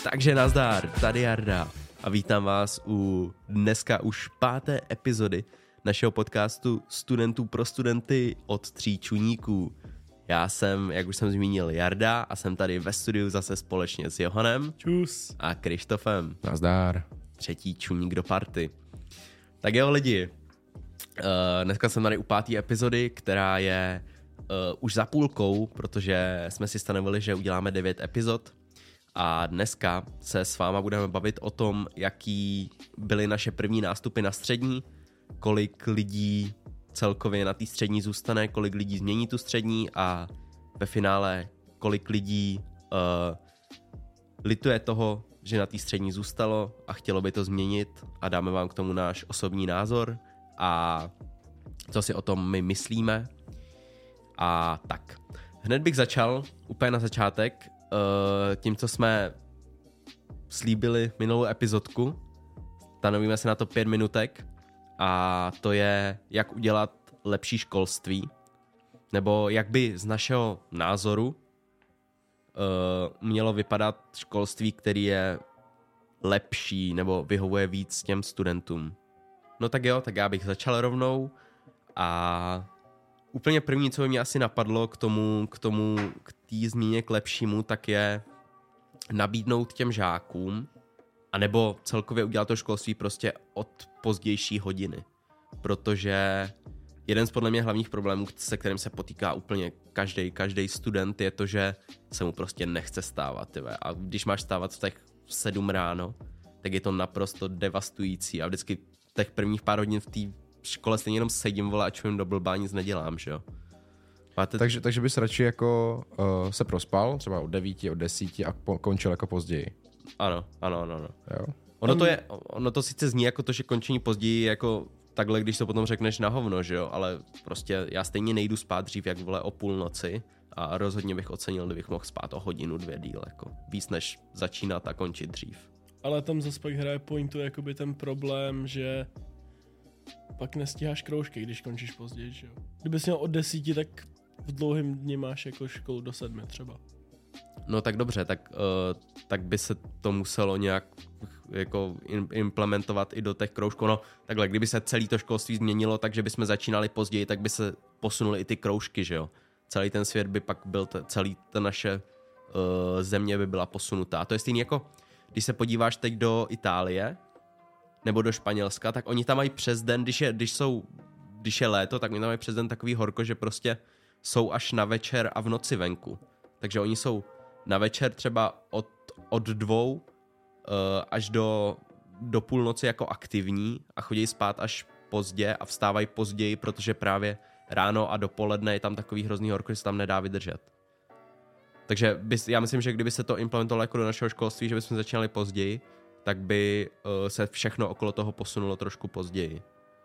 Takže nazdar, tady Jarda a vítám vás u dneska už 5. epizody našeho podcastu Studentů pro studenty od 3 čuníků. Já jsem, jak už jsem zmínil, Jarda a jsem tady ve studiu zase společně s Johanem. Čus. A Krištofem. Nazdar. 3. čuník do party. Tak jo lidi, dneska jsem tady u 5. epizody, která je už za půlkou, protože jsme si stanovili, že uděláme 9 epizod. A dneska se s váma budeme bavit o tom, jaký byly naše první nástupy na střední, kolik lidí celkově na té střední zůstane, kolik lidí změní tu střední a ve finále kolik lidí lituje toho, že na té střední zůstalo a chtělo by to změnit a dáme vám k tomu náš osobní názor a co si o tom my myslíme. A tak, hned bych začal úplně na začátek tím, co jsme slíbili minulou epizodku. Stanovíme si na to 5 minutek a to je, jak udělat lepší školství, nebo jak by z našeho názoru mělo vypadat školství, který je lepší nebo vyhovuje víc těm studentům. No tak jo, tak já bych začal rovnou a úplně první, co by mě asi napadlo k té změně k lepšímu, tak je nabídnout těm žákům, anebo celkově udělat to školství prostě od pozdější hodiny. Protože jeden z podle mě hlavních problémů, se kterým se potýká úplně každý student, je to, že se mu prostě nechce stávat. Tyve. A když máš stávat v 7 ráno, tak je to naprosto devastující. A vždycky těch prvních pár hodin v té škole stejně jenom sedím, vole, a čumím do blbá, nic nedělám, že jo. Takže bys radši jako se prospal, třeba od 9, od 10 a končil jako později. Ano. Jo? Ono to sice zní jako to, že končení později jako takhle, když to potom řekneš na hovno, že jo, ale prostě já stejně nejdu spát dřív, jak vole o půlnoci a rozhodně bych ocenil, kdybych mohl spát o hodinu, 2 díl, jako víc než začínat a končit dřív. Ale tam zase pak hraje pointu jakoby ten problém, že pak nestíháš kroužky, když končíš později, že jo. Kdybys měl od 10, tak v dlouhém dni máš jako školu do 7 třeba. No tak dobře, tak by se to muselo nějak jako implementovat i do těch kroužků. No takhle, kdyby se celé to školství změnilo, takže bychom začínali později, tak by se posunuly i ty kroužky, že jo. Celý ten svět by pak byl, celý ta naše země by byla posunutá. To je stejný jako, když se podíváš teď do Itálie nebo do Španělska, tak oni tam mají přes den, když je léto, tak oni tam mají přes den takový horko, že prostě jsou až na večer a v noci venku. Takže oni jsou na večer třeba od 2 až do půlnoci jako aktivní a chodí spát až pozdě a vstávají později, protože právě ráno a dopoledne je tam takový hrozný horko, že se tam nedá vydržet. Takže já myslím, že kdyby se to implementovalo jako do našeho školství, že bychom začínali později, tak by se všechno okolo toho posunulo trošku později.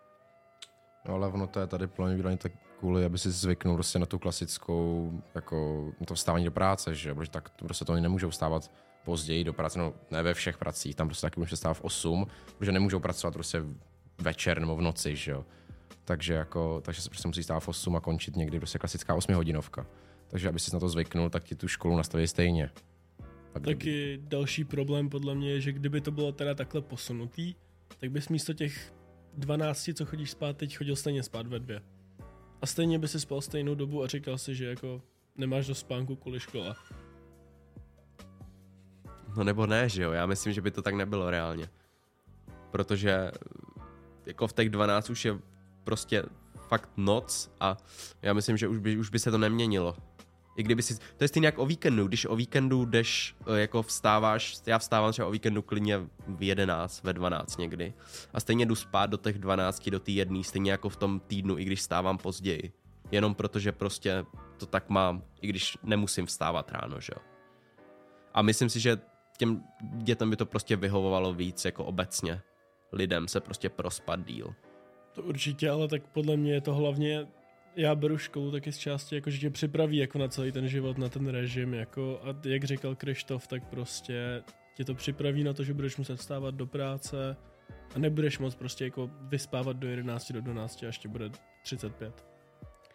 No ale ono to je tady plně tak kvůli, aby si zvyknul prostě na tu klasickou, jako na to vstávání do práce, že? Protože tak prostě to oni nemůžou vstávat později do práce, no ne ve všech pracích, tam prostě taky můžou vstávat v 8, protože nemůžou pracovat prostě večer nebo v noci, že jo. Takže se prostě musí stávat v 8 a končit někdy prostě klasická 8hodinovka. Takže aby si na to zvyknul, tak ti tu školu nastaví stejně. Taky další problém podle mě je, že kdyby to bylo teda takhle posunutý, tak bys místo těch 12, co chodíš spát, teď chodil stejně spát ve 2. A stejně by si spal stejnou dobu a říkal si, že jako nemáš do spánku kvůli škola. No nebo ne, že jo, já myslím, že by to tak nebylo reálně. Protože jako v těch 12 už je prostě fakt noc a já myslím, že už by se to neměnilo. I kdyby si, to je stejně jak o víkendu, když o víkendu jdeš, jako vstáváš, já vstávám třeba o víkendu klidně v 11, ve 12 někdy a stejně jdu spát do těch 12, do té 1, stejně jako v tom týdnu, i když vstávám později. Jenom protože prostě to tak mám, i když nemusím vstávat ráno, že jo. A myslím si, že těm dětem by to prostě vyhovovalo víc, jako obecně. Lidem se prostě prospat díl. To určitě, ale tak podle mě je to hlavně, já beru školu taky z části, jako, že tě připraví jako na celý ten život, na ten režim, jako, a jak říkal Krištof, tak prostě tě to připraví na to, že budeš muset vstávat do práce a nebudeš moc prostě jako vyspávat do 11, do 12, až tě bude 35.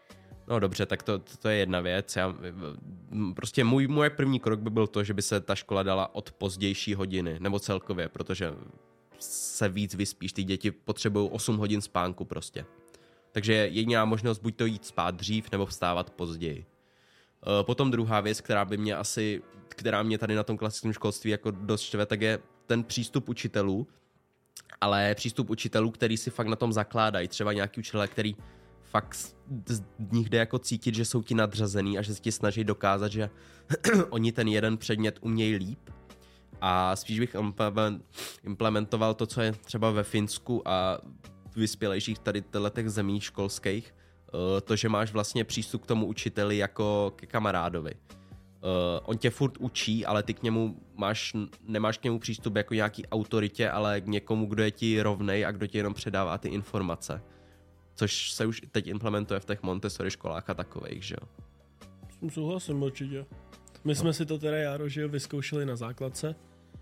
No dobře, tak to je jedna věc. Prostě můj první krok by byl to, že by se ta škola dala od pozdější hodiny, nebo celkově, protože se víc vyspíš, ty děti potřebují 8 hodin spánku prostě. Takže jediná možnost buď to jít spát dřív, nebo vstávat později. Potom druhá věc, která mě tady na tom klasickém školství jako dost štve, tak je ten přístup učitelů, ale přístup učitelů, který si fakt na tom zakládají. Třeba nějaký učitelé, který fakt z nich jde jako cítit, že jsou ti nadřazený a že se ti snaží dokázat, že oni ten jeden předmět umějí líp. A spíš bych implementoval to, co je třeba ve Finsku a vyspělejších tady těch zemí školských, to, že máš vlastně přístup k tomu učiteli jako ke kamarádovi. On tě furt učí, ale ty k němu nemáš k němu přístup jako nějaký autoritě, ale k někomu, kdo je ti rovnej a kdo ti jenom předává ty informace. Což se už teď implementuje v těch Montessori školách a takovejch, že jo? S tím souhlasím určitě. My jsme si to teda Járo vyzkoušeli na základce,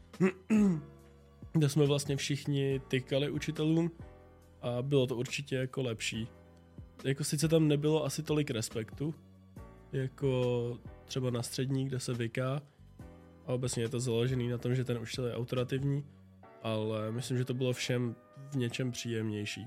kde jsme vlastně všichni tykali učitelům a bylo to určitě jako lepší. Jako sice tam nebylo asi tolik respektu, jako třeba na střední, kde se vyká, a obecně je to založený na tom, že ten učitel je autoritativní, ale myslím, že to bylo všem v něčem příjemnější.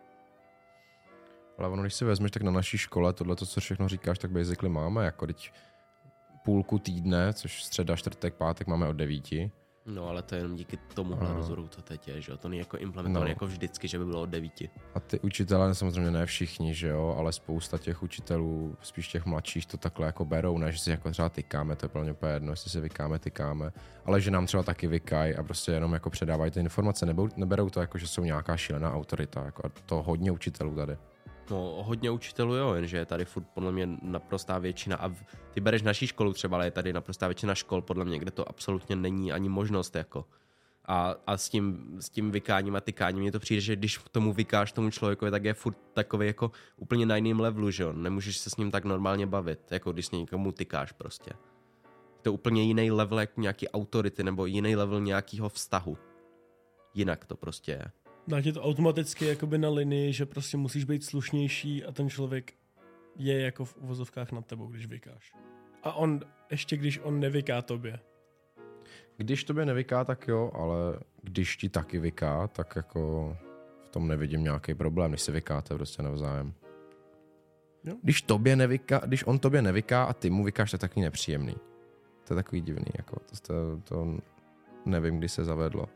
Ale ono, když si vezmeš, tak na naší škole tohle, co všechno říkáš, tak basically máme, jako teď půlku týdne, což středa, čtvrtek, pátek máme od 9. No, ale to je jenom díky tomuhle rozhodu, to teď je, že jo? To není jako implementované jako vždycky, že by bylo od 9. A ty učitelé, samozřejmě ne všichni, že jo, ale spousta těch učitelů, spíš těch mladších, to takhle jako berou, ne, že si jako třeba tykáme, to je pro mě úplně jedno, jestli si vykáme, tykáme, ale že nám třeba taky vykají a prostě jenom jako předávají ty informace, neberou to jako, že jsou nějaká šílená autorita, jako a to hodně učitelů tady. No, hodně učitelů jo, jenže je tady furt podle mě naprostá většina a ty bereš naší školu třeba, ale je tady naprostá většina škol podle mě, kde to absolutně není ani možnost jako. A s tím vykáním a tykáním mně to přijde, že když tomu vykáš tomu člověkovi, tak je furt takový jako úplně na jiném levelu, že jo, nemůžeš se s ním tak normálně bavit, jako když s někomu tykáš prostě. To je úplně jiný level jako nějaký autority nebo jiný level nějakého vztahu. Jinak to prostě je. Dá ti to automaticky jakoby na linii, že prostě musíš být slušnější a ten člověk je jako v uvozovkách nad tebou, když vykáš. A on, ještě když on nevyká tobě. Když tobě nevyká, tak jo, ale když ti taky vyká, tak jako v tom nevidím nějaký problém, když si vykáte prostě navzájem. Jo. Když on tobě nevyká a ty mu vykáš, to je takový nepříjemný. To je takový divný, jako to nevím, kdy se zavedlo.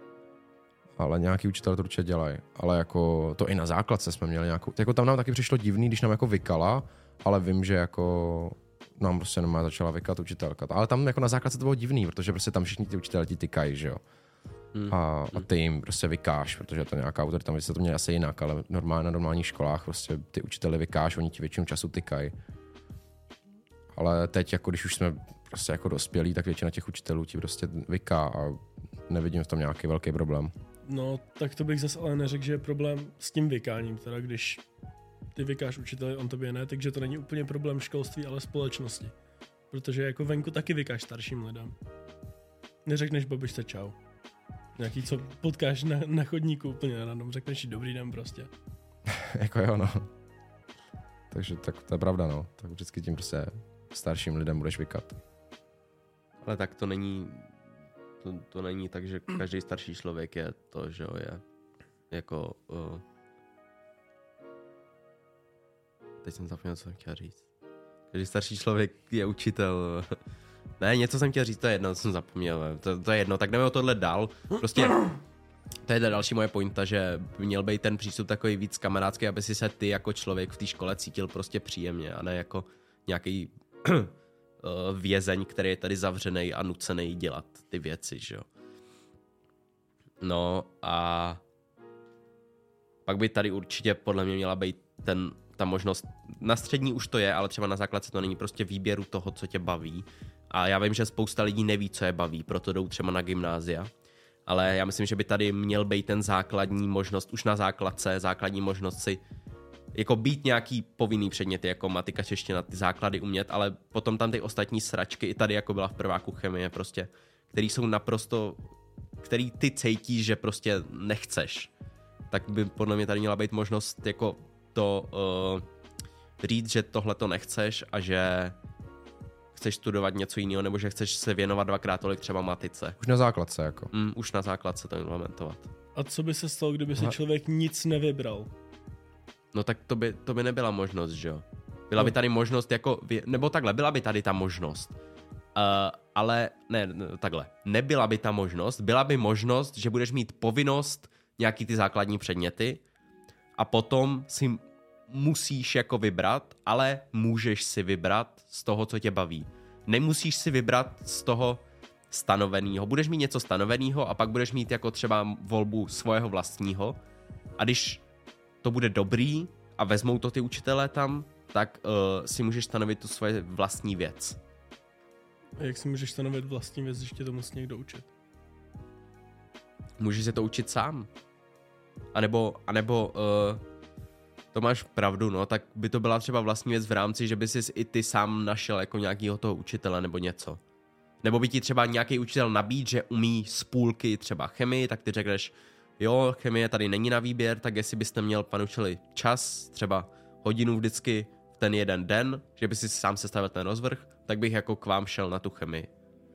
Ale nějaký učitel to určitě dělají. Ale jako to i na základce jsme měli nějakou... Jako tam nám taky přišlo divný, když nám jako vykala, ale vím, že jako nám prostě nemá začala vykat učitelka. Ale tam jako na základce to bylo divný, protože prostě tam všichni ty učitelé ti tykají, že jo. A ty jim prostě vykáš, protože to je nějaká autorita, tam se to měli asi jinak, ale na normálních školách prostě ty učiteli vykáš, oni ti většinu času tykají. Ale teď, jako když už jsme prostě jako dospělí, tak většina těch učitelů ti prostě vyká a nevidím v tom nějaký velký problém. No, tak to bych zase ale neřekl, že je problém s tím vykáním, teda když ty vykáš učiteli, on tobě ne, takže to není úplně problém školství, ale společnosti. Protože jako venku taky vykáš starším lidem. Neřekneš babičce čau. Nějaký, co potkáš na chodníku úplně random, řekneš jí dobrý den prostě. Jako jo, no. Takže tak to je pravda, no. Tak vždycky tím prostě starším lidem budeš vykat. Ale tak to není... To není tak, že každý starší člověk je to, že jo, je jako... Teď jsem zapomněl, co jsem chtěl říct. Každý starší člověk je učitel. Ne, něco jsem chtěl říct, to je jedno, co jsem zapomněl. To je jedno, tak jdeme o tohle dál. Prostě to je další moje pointa, že by měl být ten přístup takový víc kamarádský, aby si se ty jako člověk v té škole cítil prostě příjemně a ne jako nějaký... vězeň, který je tady zavřenej a nucený dělat ty věci, že jo. No a pak by tady určitě podle mě měla být ta možnost, na střední už to je, ale třeba na základce to není prostě výběru toho, co tě baví. A já vím, že spousta lidí neví, co je baví, proto jdou třeba na gymnázia. Ale já myslím, že by tady měl být ten základní možnost, už na základce, základní možnost si jako být nějaký povinný předměty, jako matika, čeština, ty základy umět, ale potom tam ty ostatní sračky, i tady jako byla v prváku chemie prostě, který jsou naprosto, který ty cítíš, že prostě nechceš, tak by podle mě tady měla být možnost jako to říct, že tohle to nechceš a že chceš studovat něco jiného, nebo že chceš se věnovat 2x tolik třeba matice. Už na základce, jako. Už na základce to implementovat. A co by se stalo, kdyby si člověk nic nevybral? No tak to by nebyla možnost, že jo? Byla by tady možnost jako, nebo takhle, byla by tady ta možnost. Ale ne, takhle. Nebyla by ta možnost, byla by možnost, že budeš mít povinnost nějaký ty základní předměty a potom si musíš jako vybrat, ale můžeš si vybrat z toho, co tě baví. Nemusíš si vybrat z toho stanoveného. Budeš mít něco stanoveného a pak budeš mít jako třeba volbu svého vlastního a když to bude dobrý a vezmou to ty učitelé tam, tak si můžeš stanovit tu svoje vlastní věc. A jak si můžeš stanovit vlastní věc, když tě to musí někdo učit? Můžeš se to učit sám. A nebo to máš pravdu, no, tak by to byla třeba vlastní věc v rámci, že by si i ty sám našel jako nějakýho toho učitele nebo něco. Nebo by ti třeba nějaký učitel nabídl, že umí z půlky třeba chemii, tak ty řekneš, jo, chemie tady není na výběr, tak jestli byste měl, pane učili, čas, třeba hodinu vždycky v ten jeden den, že by si sám sestavil ten rozvrh, tak bych jako k vám šel na tu chemii.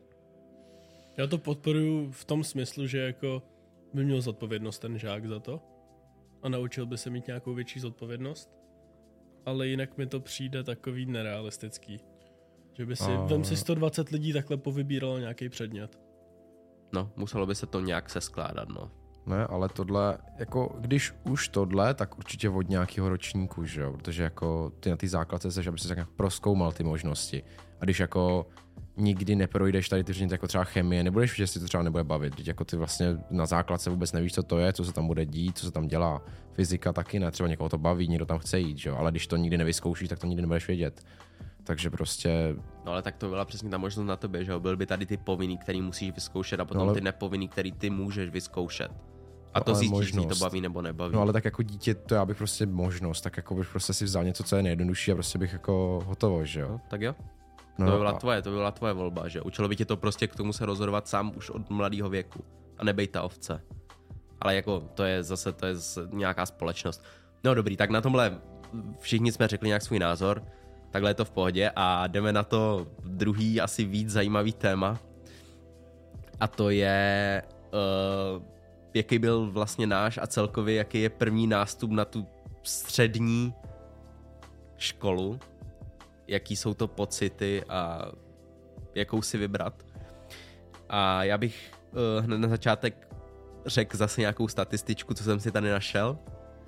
Já to podporuji v tom smyslu, že jako by měl zodpovědnost ten žák za to a naučil by se mít nějakou větší zodpovědnost, ale jinak mi to přijde takový nerealistický. Že by si, vem si 120 lidí takhle povybíralo nějaký předmět. No, muselo by se to nějak seskládat, no. Ne, ale tohle, jako když už tohle, tak určitě od nějakého ročníku, že jo, protože jako ty na té základce seš, aby se tak nějak prozkoumal ty možnosti. A když jako nikdy neprojdeš tady ty předměty jako třeba chemie, nebudeš, že si to třeba nebude bavit, když jako ty vlastně na základce vůbec nevíš, co to je, co se tam bude dít, co se tam dělá. Fyzika taky ne, třeba někoho to baví, někdo tam chce jít, že jo, ale když to nikdy nevyzkoušíš, tak to nikdy nebudeš vědět. Takže prostě... No ale tak to byla přesně ta možnost na tobě, že jo? Byl by tady ty povinný, který musíš vyzkoušet a potom ty nepovinný, který ty můžeš vyzkoušet. A to zjistíš, jestli to baví nebo nebaví. No ale tak jako dítě, to já bych prostě možnost, tak jako bych prostě si vzal něco, co je nejjednodušší a prostě bych jako hotovo, že jo? No, tak jo. No, to by byla tvoje volba, že? Učilo by tě to prostě k tomu se rozhodovat sám už od mladého věku. A nebej ta ovce. Ale jako to je zase nějaká společnost. No dobrý, tak na tomhle všichni jsme řekli nějak svůj názor. Takhle je to v pohodě a jdeme na to druhý asi víc zajímavý téma. A to je, jaký byl vlastně náš a celkově jaký je první nástup na tu střední školu. Jaký jsou to pocity a jakou si vybrat. A já bych hned na začátek řekl zase nějakou statističku, co jsem si tady našel.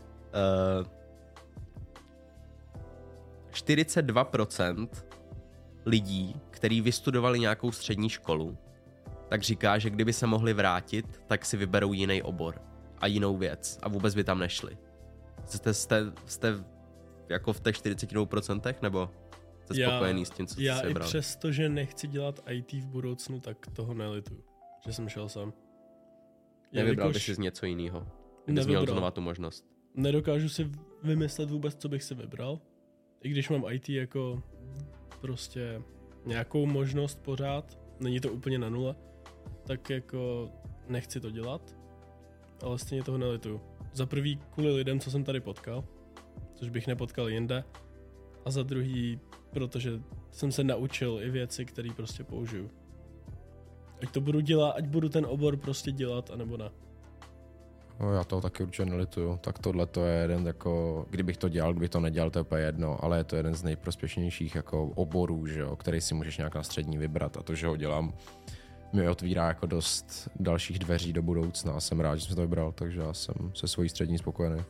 42% lidí, kteří vystudovali nějakou střední školu, tak říká, že kdyby se mohli vrátit, tak si vyberou jiný obor a jinou věc a vůbec by tam nešli. Jste jako v těch 42% nebo jste spokojený s tím, co jste si vybral? Já i přesto, že nechci dělat IT v budoucnu, tak toho nelituju, že jsem šel sám. Nevybral bys si z něco jiného, kdybys měl znovu tu možnost. Nedokážu si vymyslet vůbec, co bych si vybral. I když mám IT jako prostě nějakou možnost pořád, není to úplně na nule, tak jako nechci to dělat, ale stejně toho nelituju. Za prvý kvůli lidem, co jsem tady potkal, což bych nepotkal jinde, a za druhý, protože jsem se naučil i věci, které prostě použiju. Ať to budu dělat, ať budu ten obor prostě dělat, anebo ne. No, já toho taky určitě nelituju. Tak tohle to je jeden jako, kdybych to dělal, kdybych to nedělal, to je úplně jedno, ale je to jeden z nejprospěšnějších jako oborů, že jo, který si můžeš nějak na střední vybrat a to, že ho dělám, mi otvírá jako dost dalších dveří do budoucna a jsem rád, že jsem to vybral, takže já jsem se svojí střední spokojený.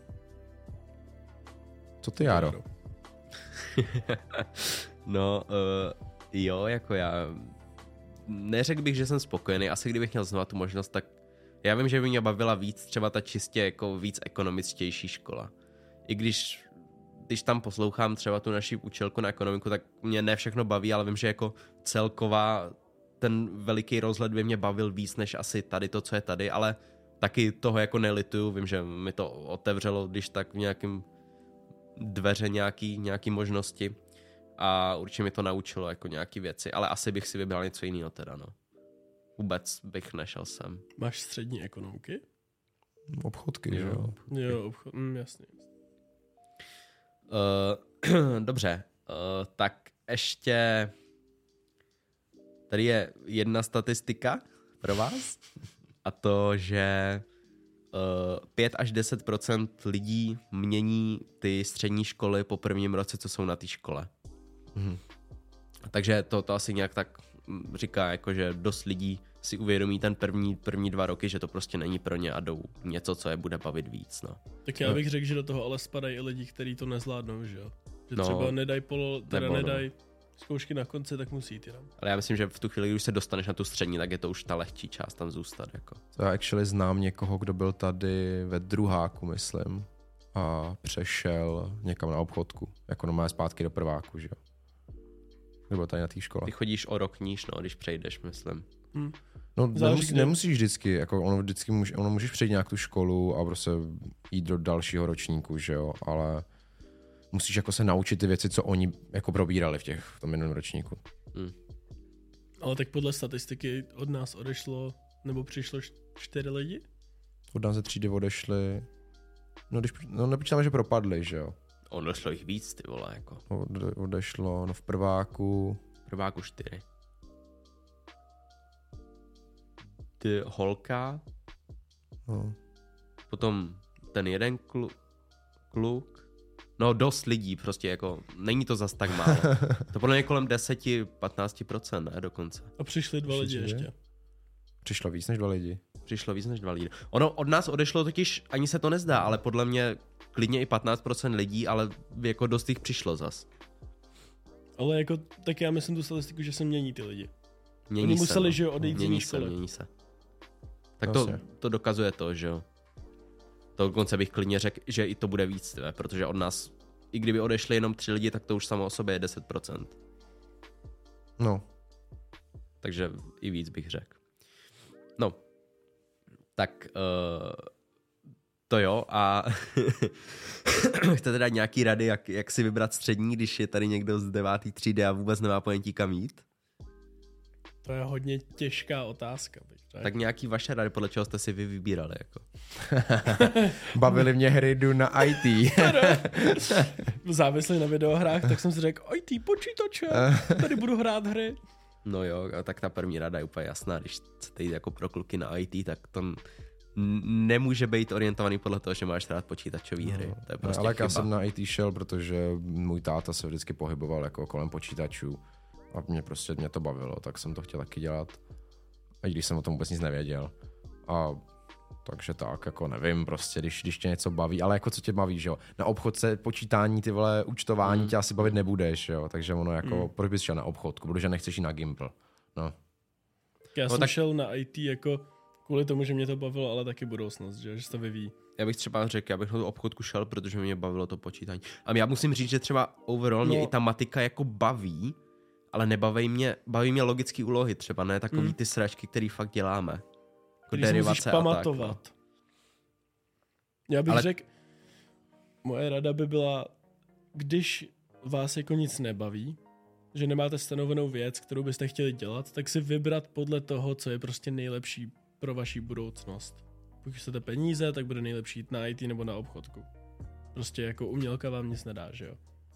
Co ty, Járo? No, jo, jako já neřekl bych, že jsem spokojený, asi kdybych měl znovu tu možnost, tak já vím, že by mě bavila víc třeba ta čistě jako víc ekonomičtější škola. I když tam poslouchám třeba tu naši učilku na ekonomiku, tak mě ne všechno baví, ale vím, že jako celková ten veliký rozhled by mě bavil víc než asi tady to, co je tady, ale taky toho jako nelituju, vím, že mi to otevřelo, když tak v nějakým dveře nějaký možnosti a určitě mi to naučilo jako nějaký věci, ale asi bych si vybral něco jiného teda, no. Vůbec bych nešel sem. Máš střední ekonomky? Obchodky, že jo? Jo, jasně. Dobře, tak ještě tady je jedna statistika pro vás a to, že 5 až 10% lidí mění ty střední školy po prvním roce, co jsou na té škole. Takže to asi nějak tak říká, jako že dost lidí si uvědomí ten první 2 roky, že to prostě není pro ně a jdou něco, co je bude bavit víc. No. Tak já bych řekl, že do toho ale spadají i lidi, kteří to nezvládnou, že jo? Že třeba nedají zkoušky na konci, tak musí jít jenom. Ale já myslím, že v tu chvíli, když se dostaneš na tu střední, tak je to už ta lehčí část tam zůstat. Jako. To já actually znám někoho, kdo byl tady ve druháku, myslím, a přešel někam na obchodku, jako normálně zpátky do prváku, že jo. Byl tady na té škole. Ty chodíš o rok níž, no, když přejdeš, myslím. No nemusíš vždycky, jako ono můžeš přejít nějak tu školu a prostě jít do dalšího ročníku, že jo, ale musíš jako se naučit ty věci, co oni jako probírali v tom minulém ročníku. Ale tak podle statistiky od nás odešlo, nebo přišlo 4 lidi? Od nás ze třídy odešli, nepočítáme, že propadli, že jo. Odešlo jich víc, ty vole, jako. Odešlo, v prváku. 4. Ty holka, potom ten jeden kluk, no dost lidí prostě jako, není to zas tak málo. To podle mě kolem 10-15%, ne dokonce. A přišli 2 lidi ještě. Přišlo víc než 2 lidi. Přišlo víc než 2 lidi. Ono od nás odešlo totiž, ani se to nezdá, ale podle mě klidně i 15% lidí, ale jako dost jich přišlo zas. Ale jako, tak já myslím tu statistiku, že se mění ty lidi. Oni museli, že jo, odejít z jiný školy. Mění se. Tak to dokazuje to, že jo. To dokonce bych klidně řekl, že i to bude víc, protože od nás, i kdyby odešli jenom 3 lidi, tak to už samo o sobě je 10%. No. Takže i víc bych řekl. No. Tak to jo a chcete dát nějaký rady, jak si vybrat střední, když je tady někdo z 9. třídy a vůbec nemá ponětí kam jít? To je hodně těžká otázka. Tak nějaký vaše rady, podle čeho jste si vy vybírali? Jako. Bavili mě hry, jdu na IT. Závislý na videohrách, tak jsem si řekl, IT počítače, tady budu hrát hry. No jo, tak ta první rada je úplně jasná, když chcete jít jako pro kluky na IT, tak to nemůže být orientovaný podle toho, že máš rád počítačové hry. To je prostě ale chyba. já jsem na IT šel, protože můj táta se vždycky pohyboval jako kolem počítačů a mě to bavilo, tak jsem to chtěl taky dělat. A i když jsem o tom vůbec nic nevěděl. Takže tak, jako nevím, prostě, když tě něco baví, ale jako co tě baví, že jo? Na obchodce počítání, ty vole, účtování tě asi bavit nebudeš, jo? Takže ono jako, proč bys šel na obchodku, protože nechceš jít na Gimpl, no. Já jsem šel na IT jako kvůli tomu, že mě to bavilo, ale taky budoucnost, že se to vyvíjí. Já bych třeba řekl, já bych na tu obchodku šel, protože mě bavilo to počítání. A já musím říct, že třeba overall mě i ta matika jako baví, ale baví mě logické úlohy třeba, ne takový ty sračky, který fakt děláme. Jako derivace pamatovat. A tak, no. Já bych řekl, moje rada by byla, když vás jako nic nebaví, že nemáte stanovenou věc, kterou byste chtěli dělat, tak si vybrat podle toho, co je prostě nejlepší pro vaši budoucnost. Pokud chcete peníze, tak bude nejlepší jít na IT nebo na obchodku. Prostě jako umělka vám nic nedá, že jo?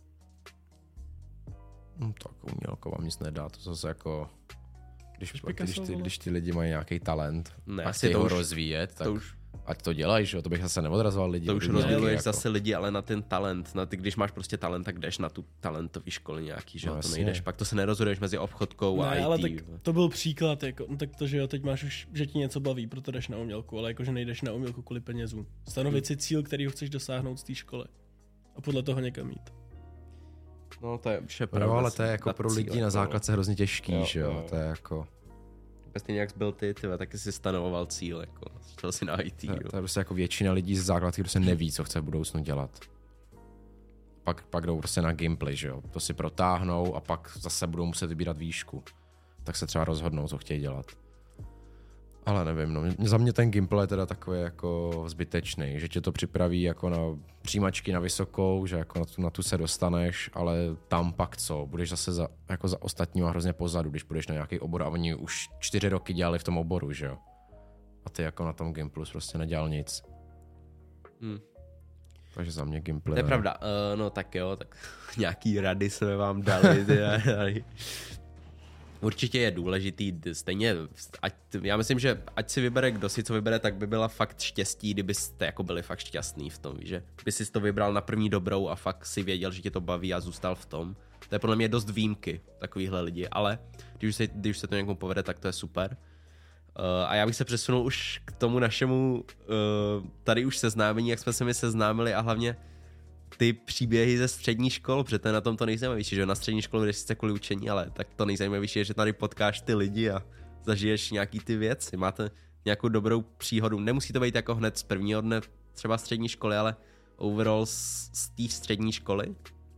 Tak umělka vám nic nedá, to zase jako... Když ty lidi mají nějaký talent a chtějí ho rozvíjet, tak ať to dělají, že jo, to bych zase neodrazoval lidi. To už rozvíješ zase lidi, ale na ten talent, když máš prostě talent, tak jdeš na tu talentový školy nějaký, že jo, to nejdeš, pak to se nerozhoduješ mezi obchodkou a IT. Ale tak to byl příklad, jako, tak to, že jo, teď máš už, že ti něco baví, proto jdeš na umělku, ale jakože nejdeš na umělku kvůli penězům. Stanovit si cíl, který chceš dosáhnout z té školy a podle toho někam jít. No to je vše pravda. No, ale to je jako pro lidi na základce hrozně těžký, že jo, to je jako... Stejně jak jsi byl ty, taky si stanovoval cíl, jako, šel si na IT. To je prostě jako většina lidí z základky, kdo se neví, co chce v budoucnu dělat. Pak jdou prostě na Gimply, že jo, to si protáhnou a pak zase budou muset vybírat výšku. Tak se třeba rozhodnou, co chtějí dělat. Ale nevím, no, za mě ten Gimpl je teda takový jako zbytečný, že tě to připraví jako na přijímačky na vysokou, že jako na tu se dostaneš, ale tam pak co? Budeš zase za ostatníma hrozně pozadu, když půjdeš na nějaký obor a oni už 4 roky dělali v tom oboru, že jo? A ty jako na tom Gimplu prostě nedělal nic. Takže za mě Gimply. To je pravda. No tak jo, tak nějaký rady jsme vám dali. Určitě je důležitý, stejně, já myslím, že ať si vybere, kdo si co vybere, tak by byla fakt štěstí, kdybyste jako byli fakt šťastný v tom, že by si to vybral na první dobrou a fakt si věděl, že tě to baví a zůstal v tom. To je podle mě dost výjimky, takovýhle lidi, ale když se to někomu povede, tak to je super. A já bych se přesunul už k tomu našemu tady už seznámení, jak jsme se mi seznámili a hlavně ty příběhy ze střední škol, protože to je na tom to nejzajímavější, že na střední školu jdeš sice kvůli učení, ale tak to nejzajímavější je, že tady potkáš ty lidi a zažiješ nějaký ty věci, máte nějakou dobrou příhodu. Nemusí to být jako hned z prvního dne třeba střední školy, ale overall z té střední školy?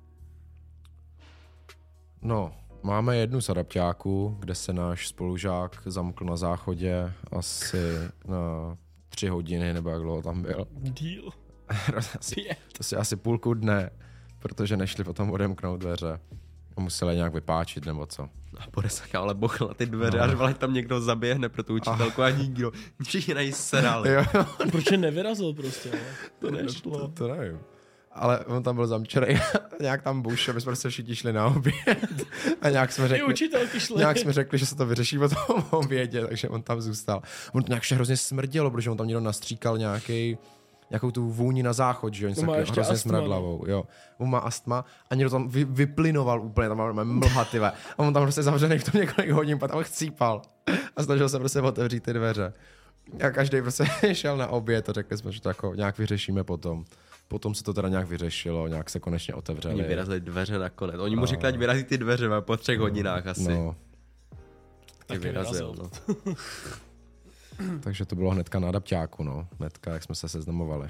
No, máme jednu z adaptáků, kde se náš spolužák zamkl na záchodě asi na 3 hodiny, nebo jak dlouho tam byl. Díl. asi půlku dne, protože nešli potom odemknout dveře. Museli nějak vypáčit, nebo co. A Borisaka ale bochl na ty dveře, až vale tam někdo zaběhne pro tu učitelku a nikdo. Všichni na ní serali. Proč je nevyrazil prostě, ale? To nešlo. To nevím. Ale on tam byl zamčený, nějak tam buš, my jsme se všichni šli na oběd a nějak jsme řekli, že se to vyřeší po tom obědě, takže on tam zůstal. On to nějak hrozně smrdělo, protože on tam někdo nastříkal nějakou tu vůni na záchod, že on se hrozně smradlavou, jo. On má astma a někdo tam vyplinoval úplně, tam má mlhativě. A on tam prostě zavřený v tom několik hodin, potom chcípal a snažil se prostě otevřít ty dveře. A každý prostě šel na oběd a řekli jsme, že to jako nějak vyřešíme potom. Potom se to teda nějak vyřešilo, nějak se konečně otevřeli. Oni vyrazili dveře nakonec. Oni mu řekli, ať vyrazí ty dveře po 3 hodinách asi. No. Tak vyrazil, no. Takže to bylo hnedka na adaptáku, no. Hnedka, jak jsme se seznamovali.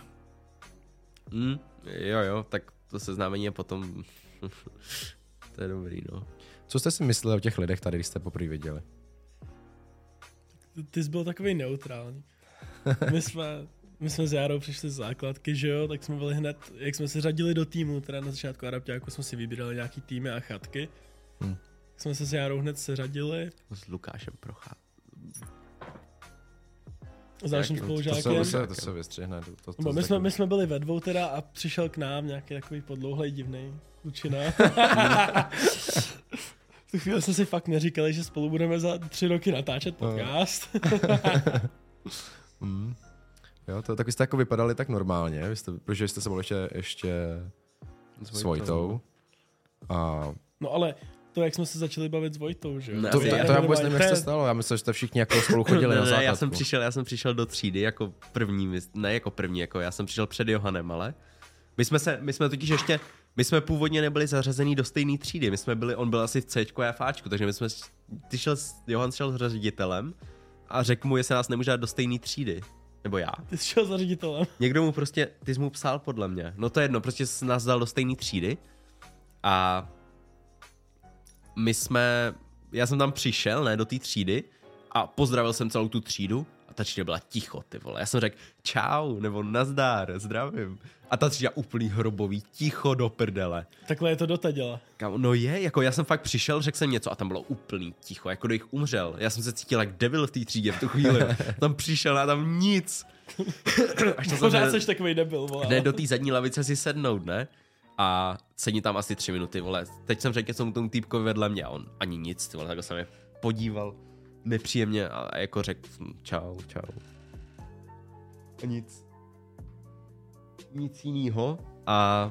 Jo, tak to seznámení je potom... To je dobrý, no. Co jste si mysleli o těch lidech tady, když jste poprvé viděli? Ty jsi byl takový neutrální. My jsme s Járou přišli z základky, že jo, tak jsme byli hned, jak jsme se řadili do týmu, teda na začátku adaptáku jsme si vybírali nějaký týmy a chatky. Tak jsme se s Járou hned seřadili. S Lukášem Procházkou. S dalším spolužákem. To se vystřihne. My jsme byli ve dvou teda a přišel k nám nějaký takový podlouhlej divnej klučina. V tu chvíli jsme si fakt neříkali, že spolu budeme za 3 roky natáčet podcast. Jo, tak jste jako vypadali tak normálně, protože jste se byli ještě s Vojtou. No ale to, jak jsme se začali bavit s Vojtou, že jo? To já vůbec nevím, jak se stalo. Já myslím, že jste všichni jako spolu chodili na základku. Já jsem přišel do třídy jako první, jako já jsem přišel před Johanem, ale my jsme totiž ještě, původně nebyli zařazený do stejné třídy, on byl asi v Cčku a já v Ačku, takže Johan šel s ředitelem a řekl mu, jestli nás nemůže dát do stejné třídy. Nebo já. Ty jsi šel za ředitelem. Někdo mu prostě, ty jsi mu psal podle mě. No to je jedno, prostě jsi nás dal do stejné třídy a já jsem tam přišel, ne, do té třídy a pozdravil jsem celou tu třídu a ta třída byla ticho, ty vole. Já jsem řekl čau, nebo nazdar, zdravím. A ta třída úplný hrobový, ticho do prdele. Takhle je to dotaděla. No je, jako já jsem fakt přišel, řekl jsem něco a tam bylo úplný ticho, jako kdybych umřel. Já jsem se cítil jak debil v té třídě v tu chvíli. Tam přišel a tam nic. Až to pořád seš takovej debil, vole. Jde do té zadní lavice si sednout, ne? A sedí tam asi 3 minuty, vole. Teď jsem řekl něco tomu týpkovi vedle mě a on ani nic, ty vole, tak jsem je podíval nepříjemně a jako řekl čau. A nic jinýho a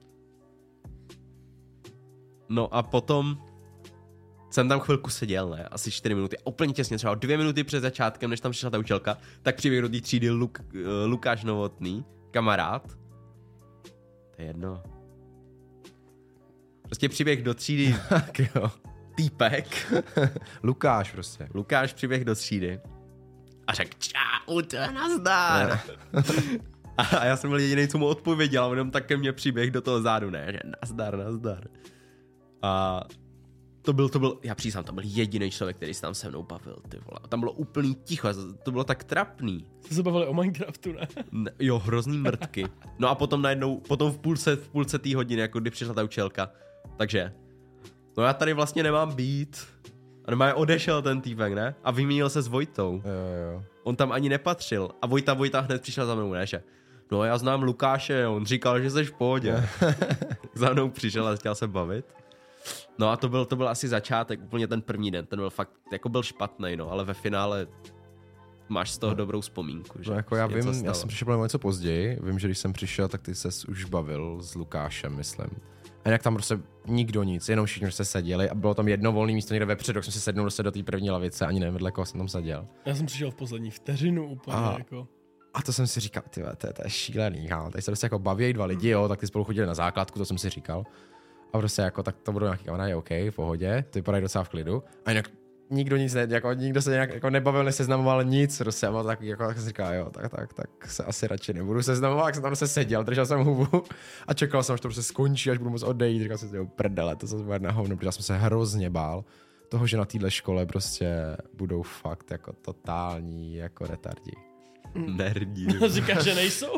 no a potom jsem tam chvilku seděl, ne, asi 4 minuty, úplně těsně, třeba 2 minuty před začátkem, než tam přišla ta učitelka, tak přiběh do té třídy Lukáš Novotný, kamarád, to je jedno, prostě přiběh do třídy týpek, Lukáš přiběh do třídy a řekl čau, to je nazdar. A já jsem byl jediný, co mu odpověděl, a on jenom tak ke mně přiběh do toho zádu, ne, že nazdar. A to byl, já přísám, to byl jediný člověk, který se tam se mnou bavil, ty vole. A tam bylo úplný ticho, to bylo tak trapný. Jste se bavili o Minecraftu, ne? Jo, hrozný mrtky. No a potom v půlce té hodiny, jako kdy přišla ta učitelka. Takže, no já tady vlastně nemám být. A normálně odešel ten týpek, ne? A vyměnil se s Vojtou. Jo. On tam ani nepatřil. A Vojta hned přišel za mnou, ne? Že no já znám Lukáše, on říkal, že jsi v pohodě. Za mnou přišel a chtěl se bavit. No a to byl asi začátek, úplně ten první den, ten byl fakt, jako byl špatný, no, ale ve finále máš z toho dobrou vzpomínku, že? No jako já vím, já jsem přišel něco později, vím, že když jsem přišel, tak ty ses už bavil s Lukášem, myslím. A jinak tam prostě nikdo nic, jenom všichni se seděli a bylo tam jedno volné místo někde vepředu, jak jsem si sednul do té první lavice, ani nevím, vedle koho jsem tam seděl. Já jsem přišel v poslední vteřinu úplně, jako. A to jsem si říkal, to je šílený, tady se prostě jako baví 2 lidi, jo, tak ty spolu chodili na základku, to jsem si říkal. A prostě jako, tak to budou nějaký kamarádi, OK, v pohodě, ty vypadají docela v klidu. A jinak nikdo nic nikdo se nějak jako nebavil, neseznamoval nic, prostě a tak jako tak jsem říkal, jo, tak se asi radši nebudu seznamovat, jak jsem tam se seděl, držel jsem hubu a čekal jsem, až to prostě skončí, až budu moct odejít, říkal jsem si, jo, prdele, to se bude na hovno, protože já jsem se hrozně bál toho, že na téhle škole prostě budou fakt jako totální jako retardi. Nerdi. Říkáš, že nejsou?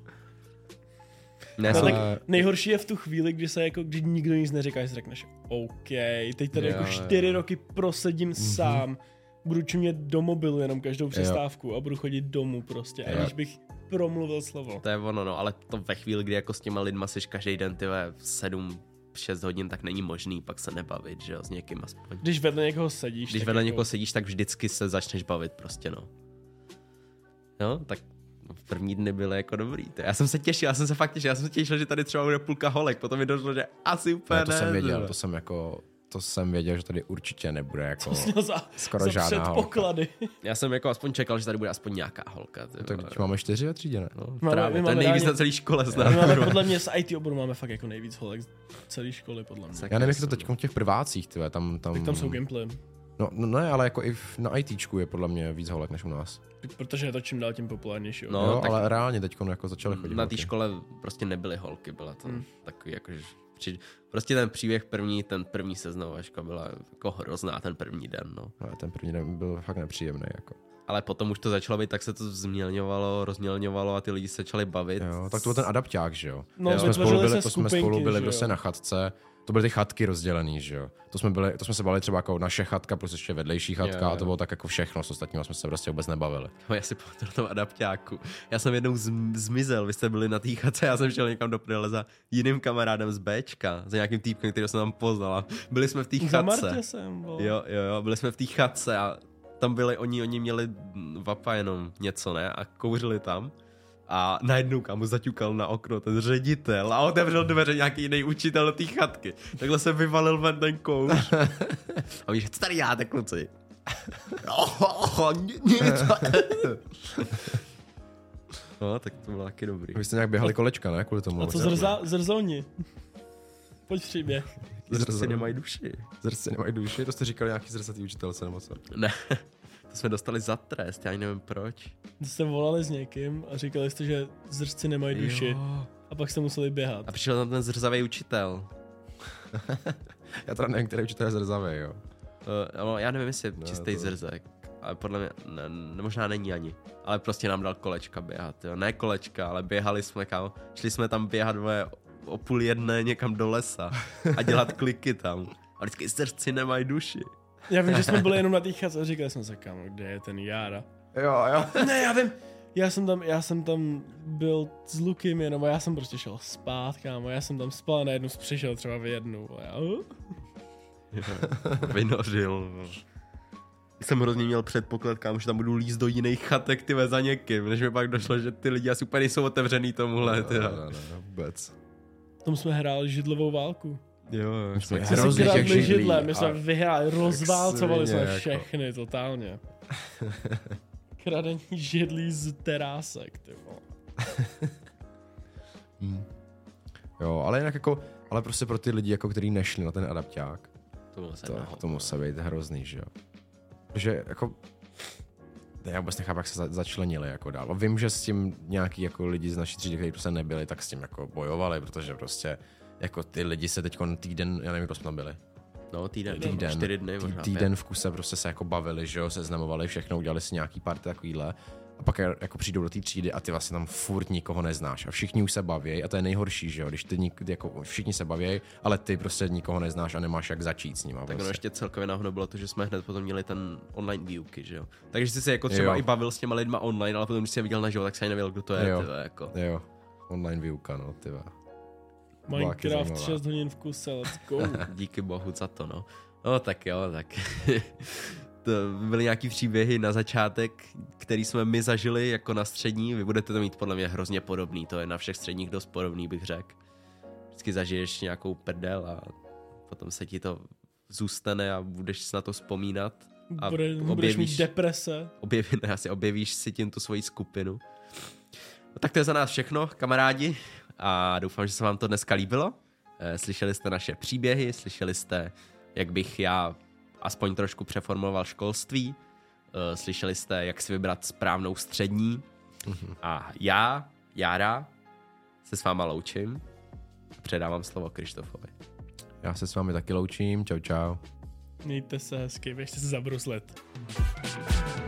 Ne, no, tak nejhorší je v tu chvíli, když nikdo nic neříká, že si řekneš, OK, teď tady jako 4 roky prosedím sám, budu čumět do mobilu jenom každou přestávku a budu chodit domů prostě, aniž bych promluvil slovo. To je ono, no, ale to ve chvíli, kdy jako s těma lidma jsi každý den, 7-6 hodin, tak není možný pak se nebavit, že jo, s někým aspoň. Když vedle někoho sedíš. Když vedle někoho sedíš, tak vždycky se začneš bavit prostě, no. Jo, tak v první dny byly jako dobrý. Já jsem se fakt těšil, že tady třeba bude půlka holek, potom mi došlo, že asi úplně to jsem věděl, že tady určitě nebude jako skoro žádná předpoklady. Holka. Já jsem jako aspoň čekal, že tady bude aspoň nějaká holka. Tak máme 4 ve třídě, ne? No, to je nejvíc na celé škole znám. Máme podle mě z IT oboru máme fakt jako nejvíc holek z celé školy, podle mě. Já nevím, jak to teď v těch prvácích, tyhle, tam... Tak tam jsou gameplay. No ne, ale jako i na ITčku je podle mě víc holek než u nás. Protože je to čím dál tím populárnější. No, jo, ale reálně teď jako začaly chodit. Na té škole prostě nebyly holky, byla to takový jakože... Prostě ten příběh ten první seznamovačka byla jako hrozná ten první den, no. Ale ten první den byl fakt nepříjemný, jako. Ale potom už to začalo být, tak se to změlňovalo, rozmělňovalo a ty lidi se začali bavit. Jo, tak to byl ten adapták, že jo? No, jsme spolu byli prostě na chatce. To byly ty chatky rozdělený, že jo. To jsme se bavili třeba jako naše chatka plus ještě vedlejší chatka a to bylo tak jako všechno, s ostatníma jsme se prostě vůbec nebavili. Já si pamatuju na tom adaptáku. Já jsem jednou zmizel, vy jste byli na té chatce, já jsem šel někam do prdele za jiným kamarádem z Bčka, za nějakým týpkem, který jsem tam poznal. Byli jsme v té chatce. Jo, byli jsme v té chatce a tam byli oni měli vapa jenom něco, ne? A kouřili tam. A najednou kámo zaťukal na okno ten ředitel a otevřel dveře nějaký jiný učitel do té chatky. Takhle se vyvalil ven ten kouř. A víš, co tady děláte, kluci? No, tak to bylo taky dobrý. Vy jste nějak běhali kolečka, ne? Kvůli tomu. A co zrzoni? Pojď příběh. Zrci nemají duši. Zrci nemají duši? To jste říkali nějaký zrcatý učitelce nebo co? Ne. To jsme dostali za trest, já ani nevím proč. Jste volali s někým a říkali jste, že zrzci nemají duši. Jo. A pak jste museli běhat. A přišel tam ten zrzavý učitel. Já teda nevím, který učitel je zrzavý, jo. No, já nevím, jestli je čistý zrzek. Ale podle mě, možná není ani. Ale prostě nám dal kolečka běhat, jo. Ne kolečka, ale běhali jsme šli jsme tam běhat o 12:30 někam do lesa a dělat kliky tam. A vždycky zrzci nemají duši. Já vím, že jsme byli jenom na té chatce a říkali jsme se, kámo, kde je ten Jára? Jo. Ne, já vím. Já jsem tam byl s Lukem jenom a já jsem prostě šel spát, kámo. Já jsem tam spal a najednou přišel třeba v 1. Vynořil. Jsem hrozně měl předpoklad, kámo, že tam budu líst do jiných chatek, tyve, za někým, než mi pak došlo, že ty lidi asi úplně nejsou otevřený tomuhle, Ne, vůbec. Tam jsme hráli židlovou válku. Jo. My jsme hrozně těch židle, my jsme vyhráli, rozválcovali jsme všechny totálně. Kradení židlí z terásek, ty vole. Jo, ale jinak jako, ale prostě pro ty lidi, jako kteří nešli na ten adapták, to musí být hrozný, že jo. Že jako, já vůbec nechápu, jak se začlenili jako dál. Vím, že s tím nějaký jako lidi z naší třídy, kteří prostě nebyli, tak s tím jako bojovali, protože prostě jako ty lidi se teďkon týden, já nevím, kdo jsme tam byli. No, týden 4 dny možná. Týden v kuse prostě se jako bavili, že jo, seznamovali všechno, udělali si nějaký party takovýhle. A pak jako přijdou do té třídy a ty vlastně tam furt nikoho neznáš a všichni už se baví a to je nejhorší, že jo, když ty jako všichni se baví, ale ty prostě nikoho neznáš a nemáš jak začít s nima. Tak prostě. ono ještě celkově náhodou bylo to, že jsme hned potom měli ten online výuky, že jo. Takže jsi se jako třeba i bavil s těma lidma online, ale potom když jsi je viděl naživo, tak se ani nevěděl, kdo to je, tyhle, jako. Jo, online výuka, no, tyhle. Minecraft 6 hodin v kuse, let's go. Díky bohu za to, no. No tak jo, tak. To byly nějaký příběhy na začátek, který jsme my zažili jako na střední. Vy budete to mít podle mě hrozně podobný, to je na všech středních dost podobný, bych řekl. Vždycky zažiješ nějakou prdel a potom se ti to zůstane a budeš na to vzpomínat. A budeš mít deprese. Objevíš si tím tu svoji skupinu. No, tak to je za nás všechno, kamarádi. A doufám, že se vám to dneska líbilo. Slyšeli jste naše příběhy, slyšeli jste, jak bych já aspoň trošku přeformuloval školství. Slyšeli jste, jak si vybrat správnou střední. A já, Jára, se s váma loučím. Předávám slovo Krištofovi. Já se s vámi taky loučím, čau. Mějte se hezky, běžte se zabruslet.